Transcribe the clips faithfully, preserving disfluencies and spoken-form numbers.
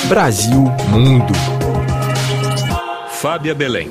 Brasil Mundo. Fábia Belém.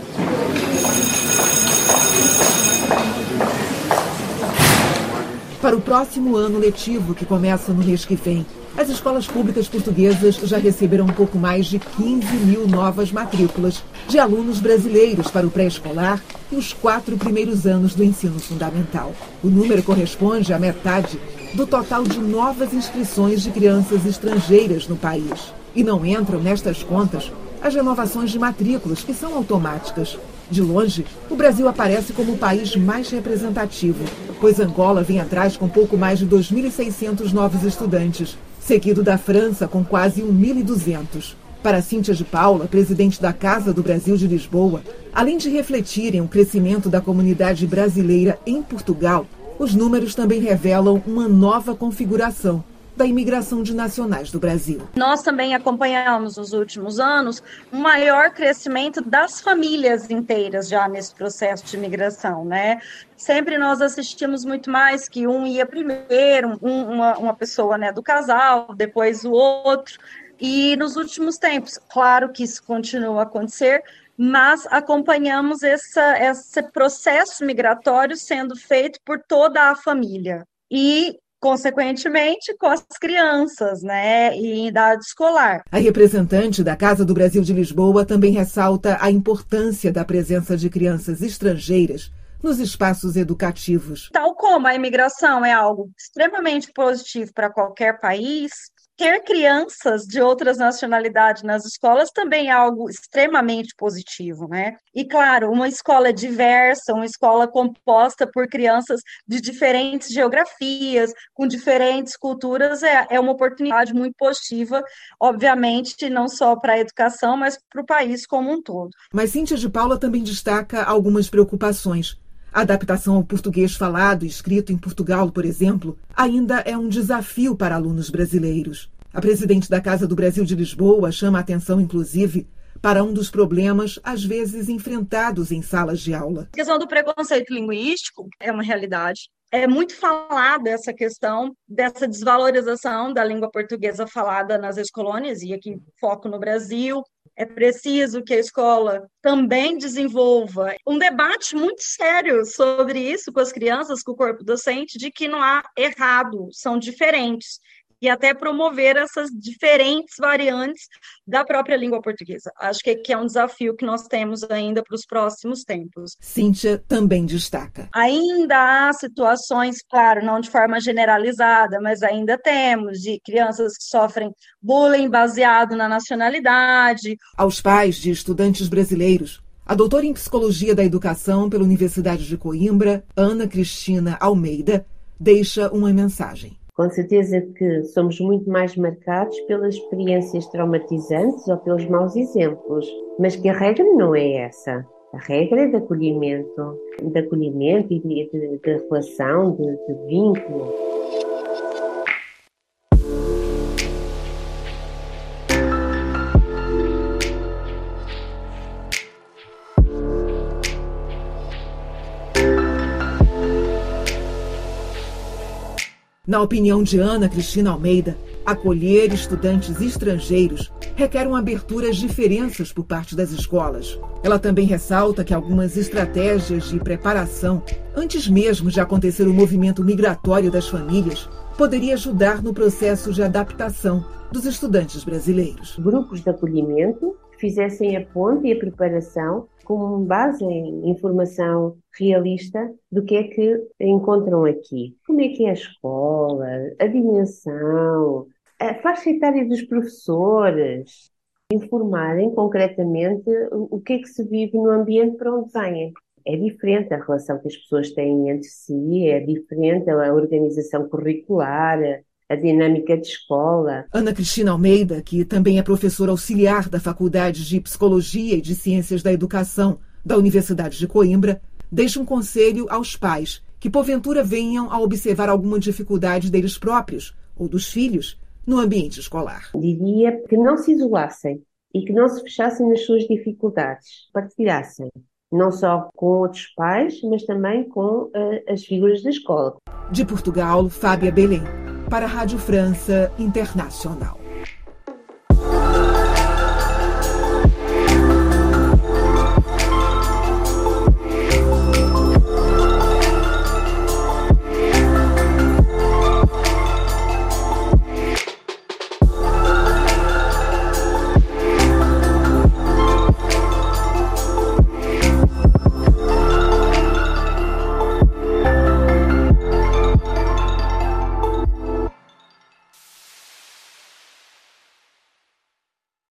Para o próximo ano letivo, que começa no mês que vem, as escolas públicas portuguesas já receberam um pouco mais de quinze mil novas matrículas de alunos brasileiros para o pré-escolar e os quatro primeiros anos do ensino fundamental. O número corresponde à metade do total de novas inscrições de crianças estrangeiras no país. E não entram nestas contas as renovações de matrículas, que são automáticas. De longe, o Brasil aparece como o país mais representativo, pois Angola vem atrás com pouco mais de dois mil e seiscentos novos estudantes, seguido da França com quase mil e duzentos. Para Cíntia de Paula, presidente da Casa do Brasil de Lisboa, além de refletirem o crescimento da comunidade brasileira em Portugal, os números também revelam uma nova configuração da imigração de nacionais do Brasil. Nós também acompanhamos nos últimos anos um maior crescimento das famílias inteiras já nesse processo de imigração, né? Sempre nós assistimos muito mais que um ia primeiro, um, uma, uma pessoa, né, do casal, depois o outro. E nos últimos tempos, claro que isso continua a acontecer, mas acompanhamos essa, esse processo migratório sendo feito por toda a família. E consequentemente, com as crianças, né, e em idade escolar. A representante da Casa do Brasil de Lisboa também ressalta a importância da presença de crianças estrangeiras nos espaços educativos. Tal como a imigração é algo extremamente positivo para qualquer país, ter crianças de outras nacionalidades nas escolas também é algo extremamente positivo, né? E, claro, uma escola diversa, uma escola composta por crianças de diferentes geografias, com diferentes culturas, é, é uma oportunidade muito positiva, obviamente, não só para a educação, mas para o país como um todo. Mas Cíntia de Paula também destaca algumas preocupações. A adaptação ao português falado e escrito em Portugal, por exemplo, ainda é um desafio para alunos brasileiros. A presidente da Casa do Brasil de Lisboa chama a atenção, inclusive, para um dos problemas, às vezes, enfrentados em salas de aula. A questão do preconceito linguístico é uma realidade. É muito falada essa questão dessa desvalorização da língua portuguesa falada nas ex-colônias, e aqui foco no Brasil. É preciso que a escola também desenvolva um debate muito sério sobre isso com as crianças, com o corpo docente, de que não há errado, são diferentes. E até promover essas diferentes variantes da própria língua portuguesa. Acho que, que é um desafio que nós temos ainda para os próximos tempos. Cíntia também destaca. Ainda há situações, claro, não de forma generalizada, mas ainda temos de crianças que sofrem bullying baseado na nacionalidade. Aos pais de estudantes brasileiros, a doutora em Psicologia da Educação pela Universidade de Coimbra, Ana Cristina Almeida, deixa uma mensagem. Com certeza que somos muito mais marcados pelas experiências traumatizantes ou pelos maus exemplos, mas que a regra não é essa. A regra é de acolhimento, de acolhimento e de, de, de relação, de, de vínculo. Na opinião de Ana Cristina Almeida, acolher estudantes estrangeiros requer uma abertura às diferenças por parte das escolas. Ela também ressalta que algumas estratégias de preparação, antes mesmo de acontecer o movimento migratório das famílias, poderia ajudar no processo de adaptação dos estudantes brasileiros. Grupos de acolhimento que fizessem a ponte e a preparação com base em informação realista do que é que encontram aqui. Como é que é a escola, a dimensão, a faixa etária dos professores, informarem concretamente o que é que se vive no ambiente para onde vêm. É diferente a relação que as pessoas têm entre si, é diferente a organização curricular, a dinâmica de escola. Ana Cristina Almeida, que também é professora auxiliar da Faculdade de Psicologia e de Ciências da Educação da Universidade de Coimbra, deixa um conselho aos pais que, porventura, venham a observar alguma dificuldade deles próprios ou dos filhos no ambiente escolar. Diria que não se isolassem e que não se fechassem nas suas dificuldades, partilhassem, não só com outros pais, mas também com uh, as figuras da escola. De Portugal, Fábia Belém, para a Rádio França Internacional.